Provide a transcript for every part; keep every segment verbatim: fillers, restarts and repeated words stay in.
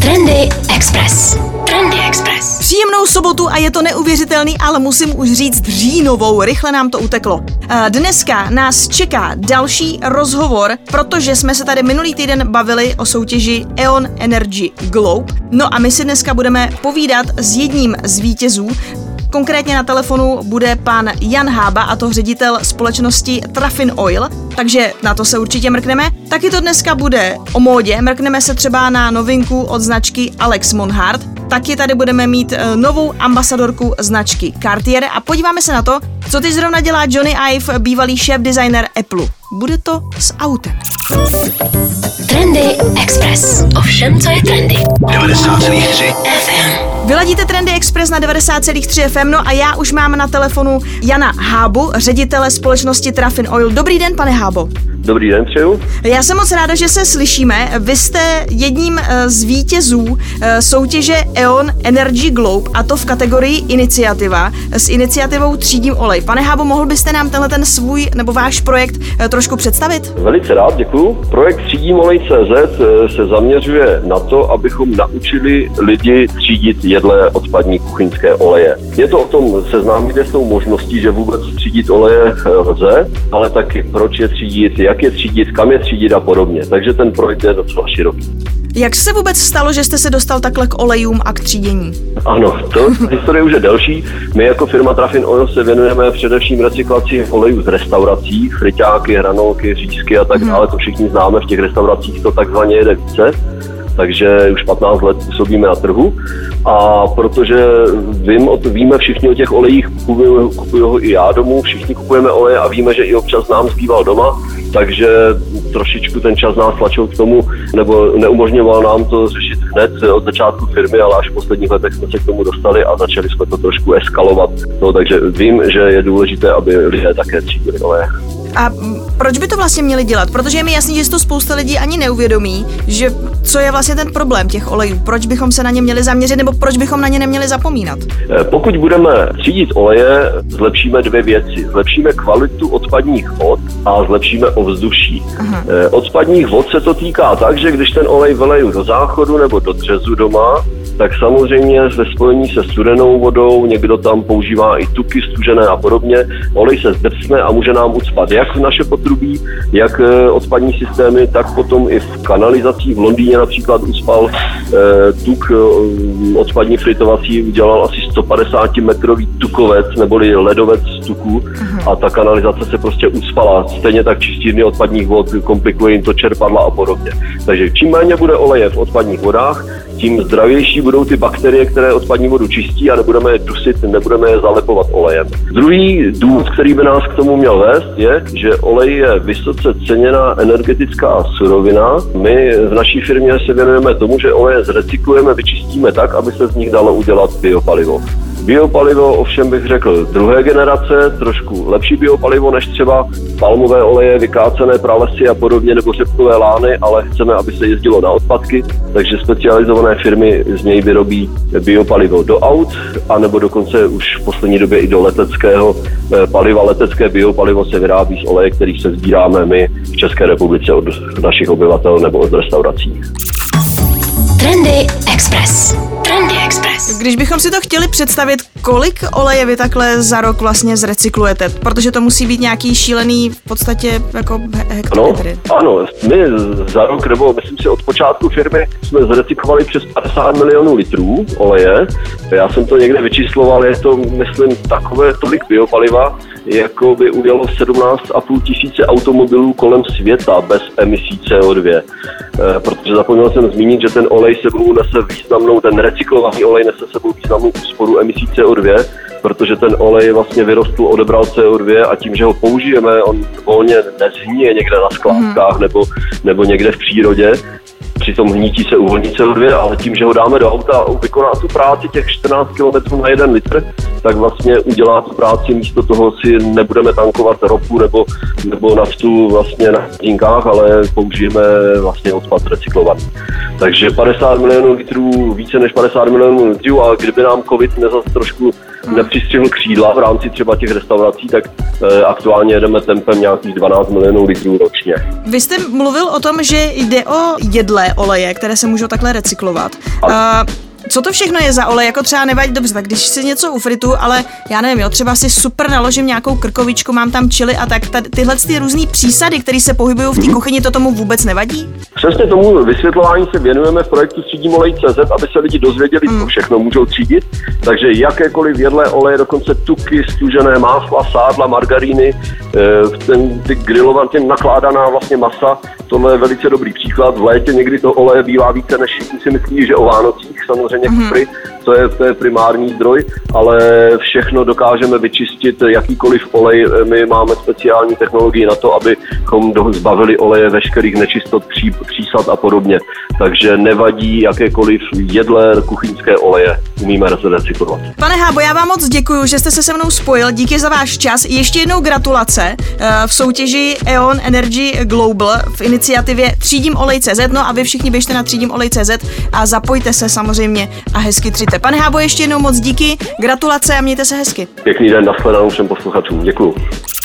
Trendy Express. Trendy Express. Příjemnou sobotu a je to neuvěřitelný, ale musím už říct říjnovou, rychle nám to uteklo. Dneska nás čeká další rozhovor, protože jsme se tady minulý týden bavili o soutěži E.ON Energy Globe. No a my si dneska budeme povídat s jedním z vítězů. Konkrétně na telefonu bude pan Jan Hába, a to ředitel společnosti Trafin Oil, takže na to se určitě mrkneme. Taky to dneska bude o módě, mrkneme se třeba na novinku od značky Alex Monhard. Taky tady budeme mít novou ambasadorku značky Cartier a podíváme se na to, co teď zrovna dělá Johnny Ive, bývalý šéf designer Apple. Bude to s autem. Trendy Express. O všem, co je trendy. devadesát celá tři F M. Vyladíte Trendy Express na devadesát celá tři F M, no a já už mám na telefonu Jana Hábu, ředitele společnosti Trafin Oil. Dobrý den, pane Hábo. Dobrý den, přeju. Já jsem moc ráda, že se slyšíme. Vy jste jedním z vítězů soutěže E.ON Energy Globe, a to v kategorii iniciativa s iniciativou Třídím olej. Pane Hábo, mohl byste nám tenhle ten svůj nebo váš projekt trošku představit? Velice rád, děkuju. Projekt Třídím olej tečka cé zet se zaměřuje na to, abychom naučili lidi třídit jedlé odpadní kuchyňské oleje. Je to o tom seznámit s tou možností, že vůbec třídit oleje lze, ale taky proč je třídit, jak je třídit, kam je třídit a podobně. Takže ten projekt je docela široký. Jak se vůbec stalo, že jste se dostal takhle k olejům a k třídění? Ano, to historie už je delší. My jako firma Trafin Oil se věnujeme především recyklaci olejů z restaurací, friťáky, hranolky, řízky a tak dále. Hmm. To všichni známe, v těch restauracích to takzvaně jede více. Takže už patnáct let působíme na trhu a protože vím, víme všichni o těch olejích, kupuju, kupuju ho i já domů, všichni kupujeme oleje a víme, že i občas nám zbýval doma, takže trošičku ten čas nás tlačil k tomu, nebo neumožňoval nám to řešit hned od začátku firmy, ale až v posledních letech jsme se k tomu dostali a začali jsme to trošku eskalovat. No, takže vím, že je důležité, aby lidé také třídili oleje. A proč by to vlastně měli dělat? Protože je mi jasný, že si to spousta lidí ani neuvědomí, že co je vlastně ten problém těch olejů, proč bychom se na ně měli zaměřit nebo proč bychom na ně neměli zapomínat? Pokud budeme třídit oleje, zlepšíme dvě věci. Zlepšíme kvalitu odpadních vod a zlepšíme ovzduší. Aha. Odpadních vod se to týká tak, že když ten olej vyleju do záchodu nebo do dřezu doma, tak samozřejmě ve spojení se studenou vodou, někdo tam používá i tuky stužené a podobně, olej se zdrcne a může nám ucpat jak v naše potrubí, jak odpadní systémy, tak potom i v kanalizacích. V Londýně například ucpal eh, tuk eh, odpadní fritovací, udělal asi sto padesát metrový tukovec, neboli ledovec z tuku a ta kanalizace se prostě ucpala. Stejně tak čistírny odpadních vod, komplikuje jim to čerpadla a podobně. Takže čím méně bude oleje v odpadních vodách, tím zdravější budou ty bakterie, které odpadní vodu čistí a nebudeme je dusit, nebudeme je zalepovat olejem. Druhý důvod, který by nás k tomu měl vést, je, že olej je vysoce ceněná energetická surovina. My v naší firmě se věnujeme tomu, že oleje zrecyklujeme, vyčistíme tak, aby se z nich dalo udělat biopalivo. Biopalivo ovšem bych řekl druhé generace, trošku lepší biopalivo než třeba palmové oleje, vykácené pralesy a podobně, nebo řepkové lány, ale chceme, aby se jezdilo na odpadky, takže specializované firmy z něj vyrobí biopalivo do aut, anebo dokonce už v poslední době i do leteckého paliva. Letecké biopalivo se vyrábí z oleje, který se sbíráme my v České republice od našich obyvatel nebo od restaurací. Trendy Express. Trendy Express. Když bychom si to chtěli představit, kolik oleje vy takhle za rok vlastně zrecyklujete? Protože to musí být nějaký šílený v podstatě jako hektolitry. Ano, ano, my za rok, nebo myslím si od počátku firmy, jsme zrecyklovali přes padesát milionů litrů oleje. Já jsem to někde vyčísloval, je to, myslím, takové tolik biopaliva, jako by ujelo sedmnáct a půl tisíce automobilů kolem světa bez emisí C O dva. E, protože zapomněl jsem zmínit, že ten olej sebou nese významnou, ten recyklovaný olej nese sebou významnou úsporu emisí C O dva, protože ten olej vlastně vyrostl, odebral C O dva a tím, že ho použijeme, on volně nezhníje někde na skládkách hmm. nebo, nebo někde v přírodě. Při tom hnítí se uvolní C O dva, ale tím, že ho dáme do auta a vykoná tu práci těch čtrnáct kilometrů na jeden litr, tak vlastně udělá tu práci, místo toho si nebudeme tankovat ropu nebo, nebo naftu vlastně na dínkách, ale použijeme vlastně odpad recyklovaný. Takže padesát milionů litrů, více než padesát milionů litrů, a kdyby nám covid nezas trošku nepřistřihl křídla v rámci třeba těch restaurací, tak e, aktuálně jedeme tempem nějakých dvanáct milionů litrů ročně. Vy jste mluvil o tom, že jde o jedlé oleje, které se můžou takhle recyklovat. A co to všechno je za olej? Jako třeba nevadí, dobře, tak když si něco ufritu, ale já nevím, jo, třeba si super naložím nějakou krkovičku, mám tam chili a tak tady, tyhle ty různý přísady, které se pohybují v té kuchyni, to tomu vůbec nevadí? Přesně tomu vysvětlování se věnujeme v projektu Třídím olej tečka cé zet, aby se lidi dozvěděli, hmm. co všechno můžou třídit. Takže jakékoliv jedlé oleje, dokonce tuky, stužené másla, sádla, margaríny, ten, ty grilovaně nakládaná vlastně masa, tohle je velice dobrý příklad. V létě někdy to oleje bývá více, než všichni si myslí, že o Vánocích, samozřejmě mm-hmm. kupry, to je, to je primární zdroj, ale všechno dokážeme vyčistit, jakýkoliv olej. My máme speciální technologii na to, abychom zbavili oleje veškerých nečistot, pří, přísad a podobně. Takže nevadí jakékoliv jedlé kuchyňské oleje, umíme recyklovat. Pane Hábo, já vám moc děkuju, že jste se se mnou spojil, díky za váš čas. Ještě jednou gratulace v soutěži E O N Energy Global v iniciativě Třídím olej tečka cé zet, no a vy všichni běžte na třídím olej tečka cé zet a zapojte se samozřejmě a hezky třiďte. Pane Hábo, ještě jednou moc díky, gratulace a mějte se hezky. Pěkný den, nashledanou všem posluchačům, děkuju.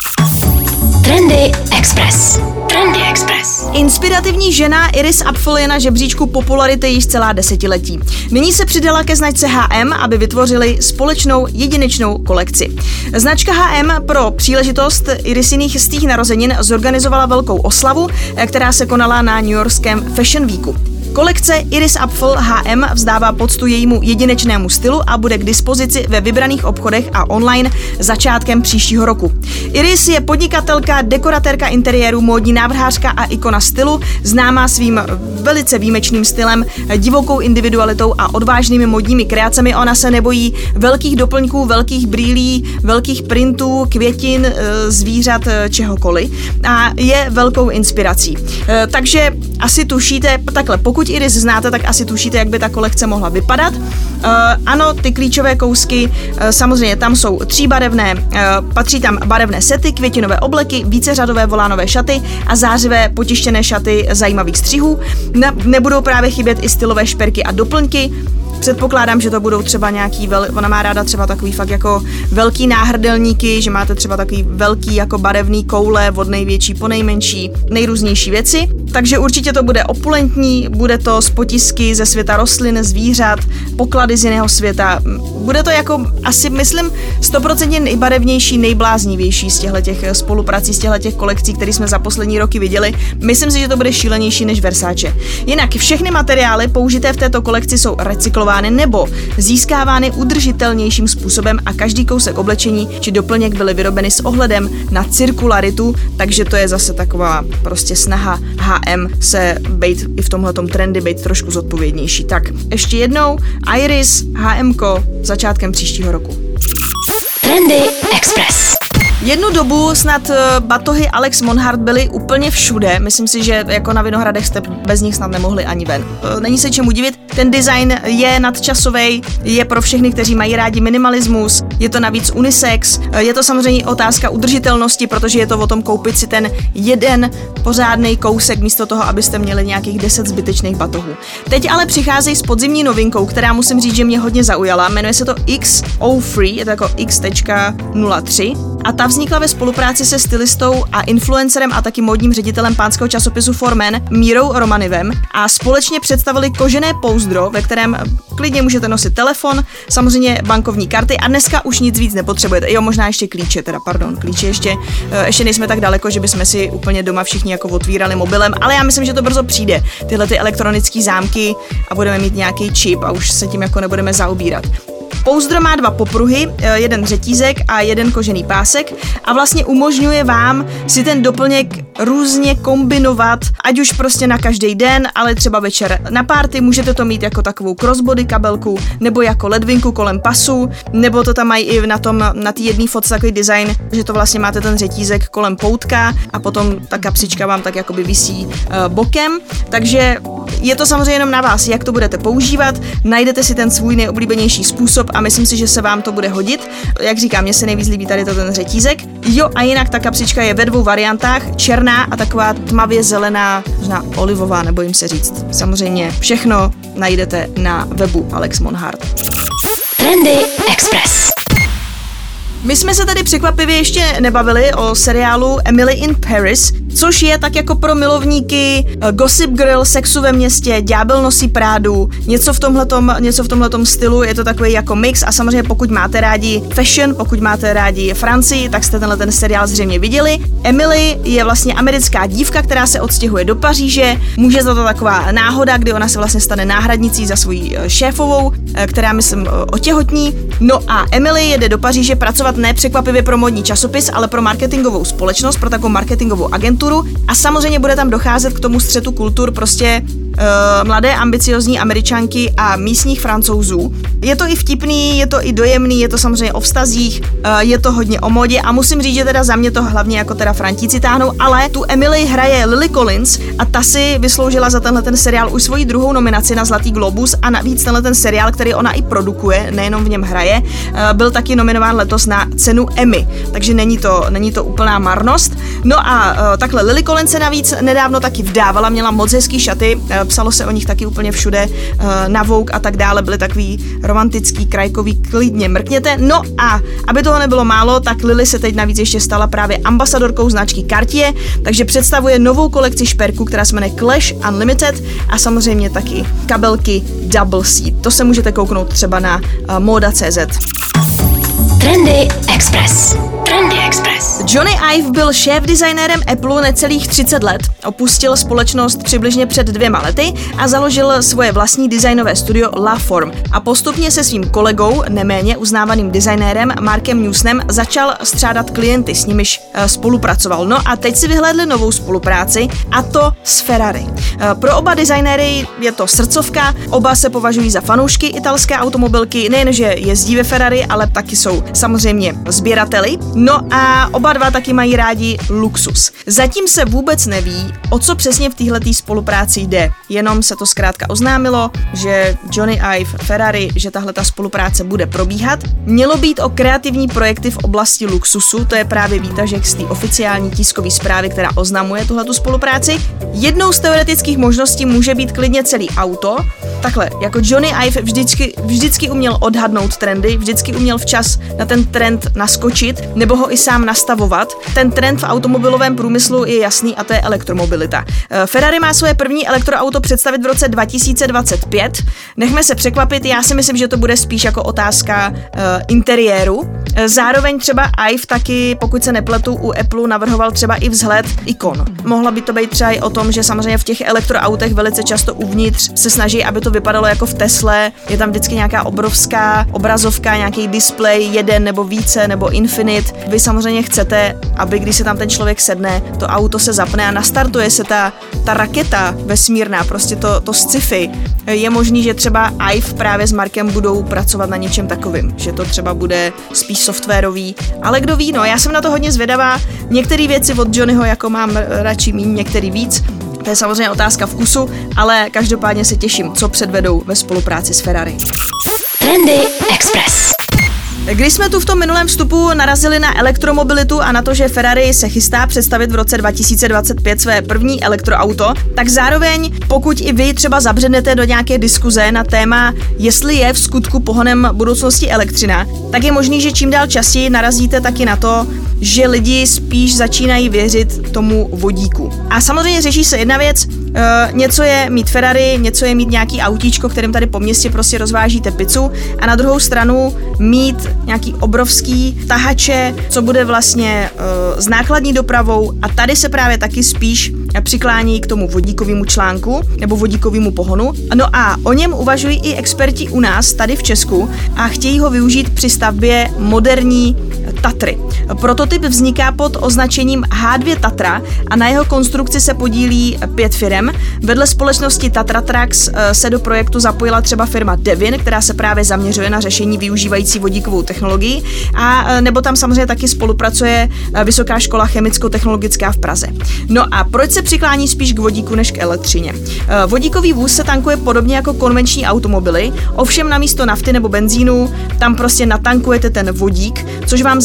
Trendy Express. Trendy Express. Inspirativní žena Iris Apfel je na žebříčku popularity již celá desetiletí. Nyní se přidala ke značce H and M, aby vytvořili společnou jedinečnou kolekci. Značka H and M pro příležitost Irisiných stých narozenin zorganizovala velkou oslavu, která se konala na newyorském Fashion Weeku. Kolekce Iris Apfel H and M vzdává poctu jejímu jedinečnému stylu a bude k dispozici ve vybraných obchodech a online začátkem příštího roku. Iris je podnikatelka, dekoratérka interiéru, módní návrhářka a ikona stylu, známá svým velice výjimečným stylem, divokou individualitou a odvážnými módními kreacemi. Ona se nebojí velkých doplňků, velkých brýlí, velkých printů, květin, zvířat, čehokoliv a je velkou inspirací. Takže asi tušíte, takhle, pokud Iris znáte, tak asi tušíte, jak by ta kolekce mohla vypadat. Uh, ano, ty klíčové kousky, uh, samozřejmě tam jsou tříbarevné, uh, patří tam barevné sety, květinové obleky, víceřadové volánové šaty a zářivé potištěné šaty zajímavých střihů. Ne, nebudou právě chybět i stylové šperky a doplňky. Předpokládám, že to budou třeba nějaký, vel, ona má ráda třeba takový fakt jako velký náhrdelníky, že máte třeba takový velký jako barevný koule od největší po nejmenší, nejrůznější věci. Takže určitě to bude opulentní, bude to z potisky ze světa rostlin, zvířat, poklady z jiného světa. Bude to jako asi, myslím, stoprocentně nejbarevnější, nejbláznivější z těchto spoluprací, z těchto kolekcí, které jsme za poslední roky viděli. Myslím si, že to bude šílenější než Versace. Jinak všechny materiály použité v této kolekci jsou recyklovány nebo získávány udržitelnějším způsobem a každý kousek oblečení či doplněk byly vyrobeny s ohledem na cirkularitu, takže to je zase taková prostě snaha H and M se bejt i v tomhletom trendy, bejt trošku zodpovědnější. Tak ještě jednou Iris H and M ko začátkem příštího roku. Trendy Express. Jednu dobu snad batohy Alex Monhart byly úplně všude. Myslím si, že jako na Vinohradech jste bez nich snad nemohli ani ven. Není se čemu divit. Ten design je nadčasový, je pro všechny, kteří mají rádi minimalismus, je to navíc unisex, je to samozřejmě otázka udržitelnosti, protože je to o tom koupit si ten jeden pořádný kousek místo toho, abyste měli nějakých deset zbytečných batohů. Teď ale přicházejí s podzimní novinkou, která musím říct, že mě hodně zaujala. Jmenuje se to X nula tři, je to jako X nula tři a ta vznikla ve spolupráci se stylistou a influencerem a taky módním ředitelem pánského časopisu For Men Mírou Romanivem a společně představili kožené pouzdro, ve kterém klidně můžete nosit telefon, samozřejmě bankovní karty a dneska už nic víc nepotřebujete. Jo, možná ještě klíče, teda pardon, klíče ještě, ještě nejsme tak daleko, že bychom si úplně doma všichni jako otvírali mobilem, ale já myslím, že to brzo přijde, tyhle ty elektronické zámky a budeme mít nějaký čip a už se tím jako nebudeme zaobírat. Pouzdro má dva popruhy, jeden řetízek a jeden kožený pásek a vlastně umožňuje vám si ten doplněk různě kombinovat, ať už prostě na každý den, ale třeba večer na party můžete to mít jako takovou crossbody kabelku, nebo jako ledvinku kolem pasu, nebo to tam mají i na tom, na té jedné fotce takový design, že to vlastně máte ten řetízek kolem poutka a potom ta kapsička vám tak jakoby visí uh, bokem, takže je to samozřejmě jenom na vás, jak to budete používat, najdete si ten svůj nejoblíbenější způsob a myslím si, že se vám to bude hodit. Jak říkám, mně se nejvíc líbí tady to ten řetízek. Jo, a jinak ta kapsička je ve dvou variantách, černá a taková tmavě zelená, možná olivová, nebojím se říct. Samozřejmě všechno najdete na webu Alex Monhart. Trendy Express. My jsme se tady překvapivě ještě nebavili o seriálu Emily in Paris, což je tak jako pro milovníky Gossip Girl, Sexu ve městě, Ďábel nosí Prádu, něco v tomhletom, něco v tomhletom stylu, je to takový jako mix a samozřejmě pokud máte rádi fashion, pokud máte rádi Francii, tak jste tenhle ten seriál zřejmě viděli. Emily je vlastně americká dívka, která se odstěhuje do Paříže, může za to taková náhoda, kdy ona se vlastně stane náhradnicí za svojí šéfovou, která myslím otěhotní. No a Emily jede do Paříže pracovat nepřekvapivě pro modní časopis, ale pro marketingovou společnost, pro takovou marketingovou agenturu a samozřejmě bude tam docházet k tomu střetu kultur prostě uh, mladé ambiciozní Američanky a místních Francouzů. Je to i vtipný, je to i dojemný, je to samozřejmě o vztazích, uh, je to hodně o modě a musím říct, že teda za mě to hlavně jako teda Frantíci táhnou, ale tu Emily hraje Lily Collins a ta si vysloužila za tenhle ten seriál už svoji druhou nominaci na Zlatý globus a navíc tenhle ten seriál, který ona i produkuje, nejenom v něm hraje, uh, byl taky nominován letos na cenu Emmy, takže není to, není to úplná marnost. No a uh, takhle Lily Collins se navíc nedávno taky vdávala, měla moc hezký šaty, uh, psalo se o nich taky úplně všude, uh, na Vogue a tak dále, byly takový romantický, krajkový, klidně mrkněte. No a aby toho nebylo málo, tak Lily se teď navíc ještě stala právě ambasadorkou značky Cartier, takže představuje novou kolekci šperků, která se jmenuje Clash Unlimited a samozřejmě taky kabelky Double C. To se můžete kouknout třeba na uh, moda tečka cé zet. Trendy Express. Trendy Express. Johnny Ive byl šéf-designérem Apple necelých třicet let, opustil společnost přibližně před dvěma lety a založil svoje vlastní designové studio La Forme a postupně se svým kolegou, neméně uznávaným designérem Markem Newsonem začal střádat klienty, s nimiž spolupracoval. No a teď si vyhlédli novou spolupráci a to s Ferrari. Pro oba designéry je to srdcovka, oba se považují za fanoušky italské automobilky, nejenže jezdí ve Ferrari, ale taky jsou samozřejmě sběrateli. No a oba dva taky mají rádi luxus. Zatím se vůbec neví, o co přesně v téhletý spolupráci jde. Jenom se to zkrátka oznámilo, že Johnny Ive, Ferrari, že tahle ta spolupráce bude probíhat. Mělo být o kreativní projekty v oblasti luxusu, to je právě výtažek z té oficiální tiskové zprávy, která oznamuje tuhletu spolupráci. Jednou z teoretických možností může být klidně celý auto. Takhle, jako Johnny Ive vždycky, vždycky uměl odhadnout trendy, vždycky uměl včas na ten trend naskočit, nebo ho i sám nastavovat. Ten trend v automobilovém průmyslu je jasný a to je elektromobilita. Ferrari má svoje první elektroauto představit v roce dva tisíce dvacet pět. Nechme se překvapit, já si myslím, že to bude spíš jako otázka uh, interiéru. Zároveň třeba Ive taky, pokud se nepletu, u Apple navrhoval třeba i vzhled ikon. Mohla by to být třeba i o tom, že samozřejmě v těch elektroautech velice často uvnitř se snaží, aby to vypadalo jako v Tesle. Je tam vždycky nějaká obrovská obrazovka, nějaký displej, jeden nebo více nebo infinite. Vy samozřejmě chcete, aby když se tam ten člověk sedne, to auto se zapne a nastartuje se ta, ta raketa vesmírná, prostě to, to sci-fi. Je možný, že třeba Ive právě s Markem budou pracovat na něčem takovým, že to třeba bude spíš softwarový, ale kdo ví, no, já jsem na to hodně zvědavá. Některé věci od Johnnyho jako mám radši míň, některý víc. To je samozřejmě otázka vkusu, ale každopádně se těším, co předvedou ve spolupráci s Ferrari. Trendy Express. Když jsme tu v tom minulém vstupu narazili na elektromobilitu a na to, že Ferrari se chystá představit v roce dva tisíce dvacet pět své první elektroauto, tak zároveň, pokud i vy třeba zabřednete do nějaké diskuze na téma, jestli je v skutku pohonem budoucnosti elektřina, tak je možný, že čím dál častěji narazíte taky na to, že lidi spíš začínají věřit tomu vodíku. A samozřejmě řeší se jedna věc, Uh, něco je mít Ferrari, něco je mít nějaký autíčko, kterým tady po městě prostě rozvážíte pizzu a na druhou stranu mít nějaký obrovský tahače, co bude vlastně uh, s nákladní dopravou a tady se právě taky spíš přiklání k tomu vodíkovému článku nebo vodíkovému pohonu. No a o něm uvažují i experti u nás tady v Česku a chtějí ho využít při stavbě moderní Tatry. Prototyp vzniká pod označením há dvě Tatra a na jeho konstrukci se podílí pět firem. Vedle společnosti Tatra Trucks se do projektu zapojila třeba firma Devin, která se právě zaměřuje na řešení využívající vodíkovou technologii, a nebo tam samozřejmě taky spolupracuje Vysoká škola chemicko-technologická v Praze. No a proč se přiklání spíš k vodíku než k elektřině? Vodíkový vůz se tankuje podobně jako konvenční automobily, ovšem na místo nafty nebo benzínu tam prostě natankujete ten vodík, což vám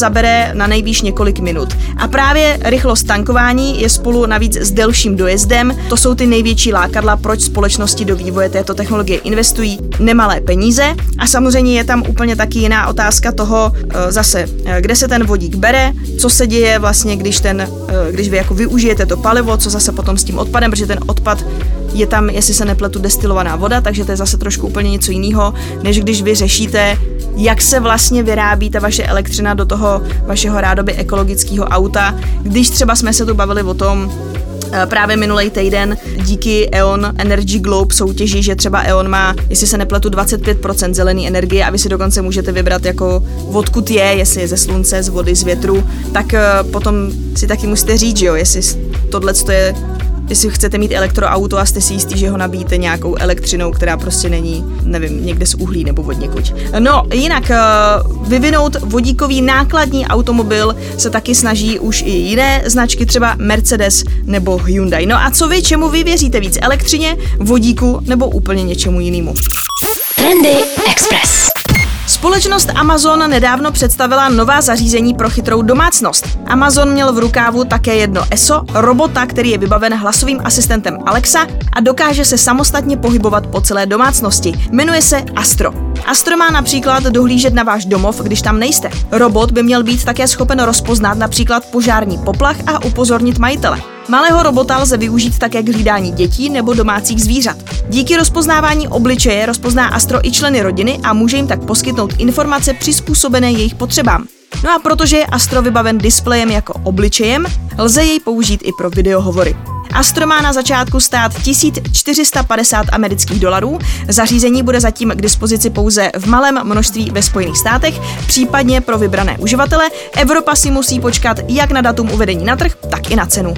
zabere na nejvýš několik minut. A právě rychlost tankování je spolu navíc s delším dojezdem. To jsou ty největší lákadla, proč společnosti do vývoje této technologie investují nemalé peníze. A samozřejmě je tam úplně taky jiná otázka toho zase, kde se ten vodík bere, co se děje vlastně, když, ten, když vy jako využijete to palivo, co zase potom s tím odpadem, protože ten odpad je tam, jestli se nepletu, destilovaná voda, takže to je zase trošku úplně něco jiného, než když vy řešíte, jak se vlastně vyrábí ta vaše elektřina do toho vašeho rádoby ekologického auta. Když třeba jsme se tu bavili o tom, právě minulý týden díky E O N Energy Globe soutěži, že třeba E O N má, jestli se nepletu, dvacet pět procent zelené energie a vy si dokonce můžete vybrat jako odkud je, jestli je ze slunce, z vody, z větru, tak potom si taky musíte říct, že jo, jestli tohleto je, jestli chcete mít elektroauto a jste si jistý, že ho nabíjíte nějakou elektřinou, která prostě není, nevím, někde z uhlí nebo od někuď. No, jinak vyvinout vodíkový nákladní automobil se taky snaží už i jiné značky, třeba Mercedes nebo Hyundai. No a co vy, čemu vy věříte víc? Elektřině, vodíku nebo úplně něčemu jinému? Trendy Express. Společnost Amazon nedávno představila nová zařízení pro chytrou domácnost. Amazon měl v rukávu také jedno E S O, robota, který je vybaven hlasovým asistentem Alexa a dokáže se samostatně pohybovat po celé domácnosti. Jmenuje se Astro. Astro má například dohlížet na váš domov, když tam nejste. Robot by měl být také schopen rozpoznat například požární poplach a upozornit majitele. Malého robota lze využít také k hlídání dětí nebo domácích zvířat. Díky rozpoznávání obličeje rozpozná Astro i členy rodiny a může jim tak poskytnout informace přizpůsobené jejich potřebám. No a protože je Astro vybaven displejem jako obličejem, lze jej použít i pro videohovory. Astro má na začátku stát tisíc čtyři sta padesát amerických dolarů, zařízení bude zatím k dispozici pouze v malém množství ve Spojených státech, případně pro vybrané uživatele. Evropa si musí počkat jak na datum uvedení na trh, tak i na cenu.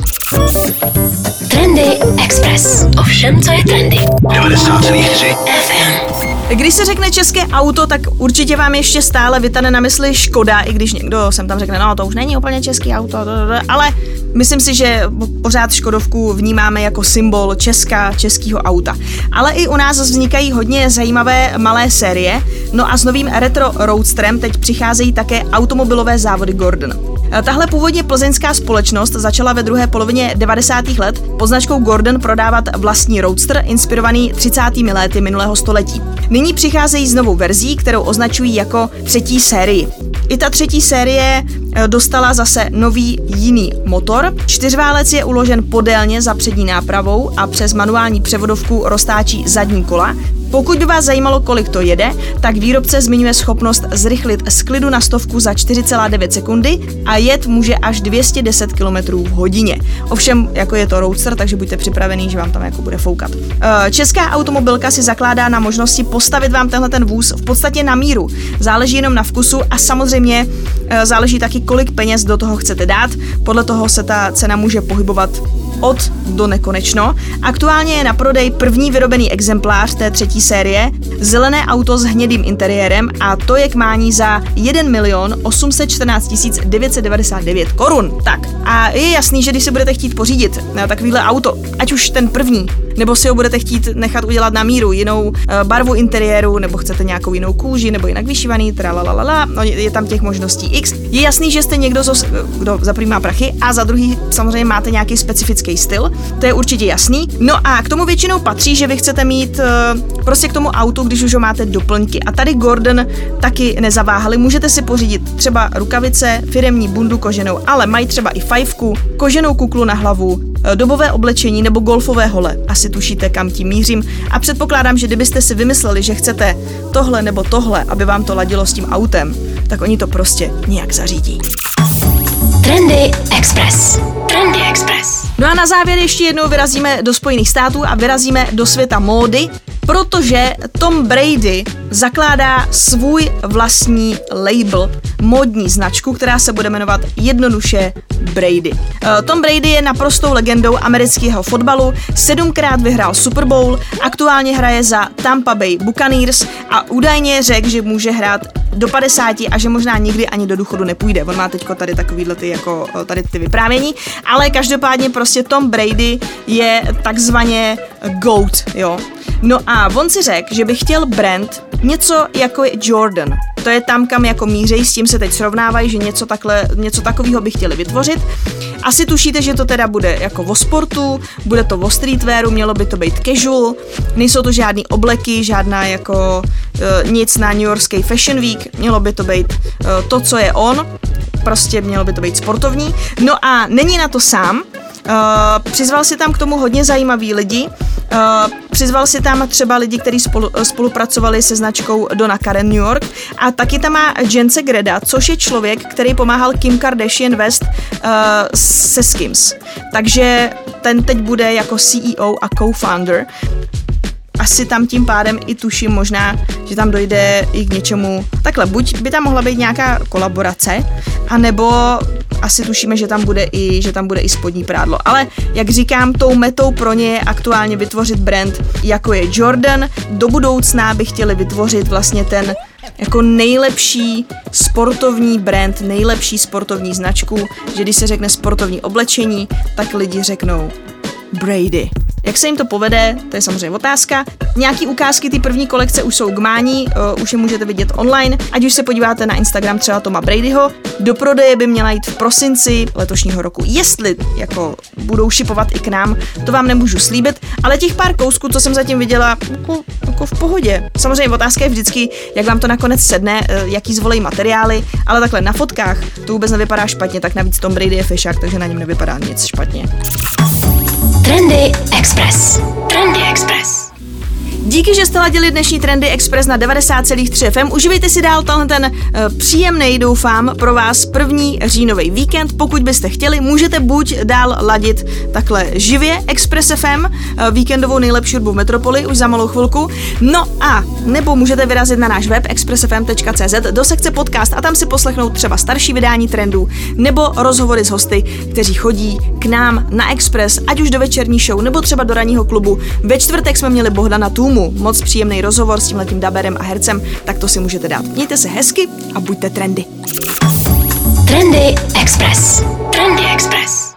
Trendy Express. Ovšem, co je trendy. devadesát celá tři F M. Když se řekne české auto, tak určitě vám ještě stále vytane na mysli Škoda, i když někdo sem tam řekne, no to už není úplně české auto, ale myslím si, že pořád Škodovku vnímáme jako symbol Česka, českého auta. Ale i u nás vznikají hodně zajímavé malé série, no a s novým retro roadsterem teď přicházejí také automobilové závody Gordon. Tahle původně plzeňská společnost začala ve druhé polovině devadesátých let pod značkou Gordon prodávat vlastní roadster inspirovaný třicátými léty minulého století. Nyní přicházejí s novou verzí, kterou označují jako třetí sérii. I ta třetí série dostala zase nový jiný motor. Čtyřválec je uložen podélně za přední nápravou a přes manuální převodovku roztáčí zadní kola. Pokud by vás zajímalo, kolik to jede, tak výrobce zmiňuje schopnost zrychlit z klidu na stovku za čtyři celá devět sekundy a jet může až dvě stě deset kilometrů v hodině. Ovšem, jako je to roadster, takže buďte připravený, že vám tam jako bude foukat. Česká automobilka si zakládá na možnosti postavit vám tenhle ten vůz v podstatě na míru. Záleží jenom na vkusu a samozřejmě záleží taky, kolik peněz do toho chcete dát. Podle toho se ta cena může pohybovat od do nekonečno. Aktuálně je na prodej první vyrobený exemplář té třetí série, zelené auto s hnědým interiérem a to je k mání za jeden milion osm set čtrnáct tisíc devět set devadesát devět korun. Tak a je jasný, že když si budete chtít pořídit na takovýhle auto, ať už ten první, nebo si ho budete chtít nechat udělat na míru, jinou barvu interiéru, nebo chcete nějakou jinou kůži, nebo jinak vyšívaný, tralalala, no je tam těch možností X. Je jasný, že jste někdo, kdo za první má prachy a za druhý samozřejmě máte nějaký specifický styl, to je určitě jasný. No a k tomu většinou patří, že vy chcete mít uh, prostě k tomu autu, když už ho máte doplňky. A tady Gordon taky nezaváhali, můžete si pořídit třeba rukavice, firemní bundu koženou, ale mají třeba i fajfku, koženou kuklu na hlavu, dobové oblečení nebo golfové hole. Asi tušíte, kam tím mířím. A předpokládám, že kdybyste si vymysleli, že chcete tohle nebo tohle, aby vám to ladilo s tím autem, tak oni to prostě nějak zařídí. Trendy Express. Trendy Express. No a na závěr ještě jednou vyrazíme do Spojených států a vyrazíme do světa módy, protože Tom Brady zakládá svůj vlastní label, módní značku, která se bude jmenovat jednoduše Brady. Tom Brady je naprostou legendou amerického fotbalu, sedmkrát vyhrál Super Bowl, aktuálně hraje za Tampa Bay Buccaneers a údajně řekl, že může hrát do padesáti a že možná nikdy ani do důchodu nepůjde. On má teďko tady takovýhle ty, jako, tady ty vyprávění, ale každopádně prostě Tom Brady je takzvaně GOAT, jo. No a on si řekl, že by chtěl brand něco jako je Jordan. To je tam, kam jako mířej, s tím se teď srovnávají, že něco, takhle, něco takového by chtěli vytvořit. Asi tušíte, že to teda bude jako o sportu, bude to o streetwearu, mělo by to být casual, nejsou to žádný obleky, žádná jako uh, nic na New Yorkský Fashion Week, mělo by to být uh, to, co je on, prostě mělo by to být sportovní. No a není na to sám, Uh, přizval si tam k tomu hodně zajímavý lidi. Uh, přizval si tam třeba lidi, kteří spolu, spolupracovali se značkou Donna Karan New York a taky tam má Jence Greda, což je člověk, který pomáhal Kim Kardashian West uh, se Skims. Takže ten teď bude jako C E O a co-founder. Asi tam tím pádem i tuším možná, že tam dojde i k něčemu. Takhle, buď by tam mohla být nějaká kolaborace, anebo asi tušíme, že tam bude i, že tam bude i spodní prádlo. Ale jak říkám, tou metou pro ně je aktuálně vytvořit brand, jako je Jordan. Do budoucna by chtěli vytvořit vlastně ten jako nejlepší sportovní brand, nejlepší sportovní značku, že když se řekne sportovní oblečení, tak lidi řeknou Brady. Jak se jim to povede, to je samozřejmě otázka. Nějaký ukázky ty první kolekce už jsou k mání, uh, už je můžete vidět online, ať už se podíváte na Instagram třeba Toma Bradyho. Do prodeje by měla jít v prosinci letošního roku. Jestli jako budou šipovat i k nám, to vám nemůžu slíbit, ale těch pár kousků, co jsem zatím viděla, jako, jako v pohodě. Samozřejmě otázka je vždycky, jak vám to nakonec sedne, uh, jaký zvolej materiály, ale takhle na fotkách to vůbec nevypadá špatně, tak navíc Tom Brady je fešák, takže na něm nevypadá nic špatně. Trendy Express. Trendy Express. Díky, že jste ladili dnešní Trendy Express na devadesát celá tři F M. Užívejte si dál tenhle ten uh, příjemný, doufám, pro vás první říjnový víkend. Pokud byste chtěli, můžete buď dál ladit takhle živě Express F M, uh, víkendovou nejlepší hudbu v metropoli, už za malou chvilku. No a nebo můžete vyrazit na náš web express f m tečka c z do sekce podcast a tam si poslechnout třeba starší vydání trendů nebo rozhovory s hosty, kteří chodí k nám na Express, ať už do večerní show nebo třeba do ranního klubu. Ve čtvrtek jsme měli Bohdana Tůmu. Moc příjemný rozhovor s tímhletím daberem a hercem, tak to si můžete dát. Mějte se hezky a buďte trendy. Trendy Express. Trendy Express.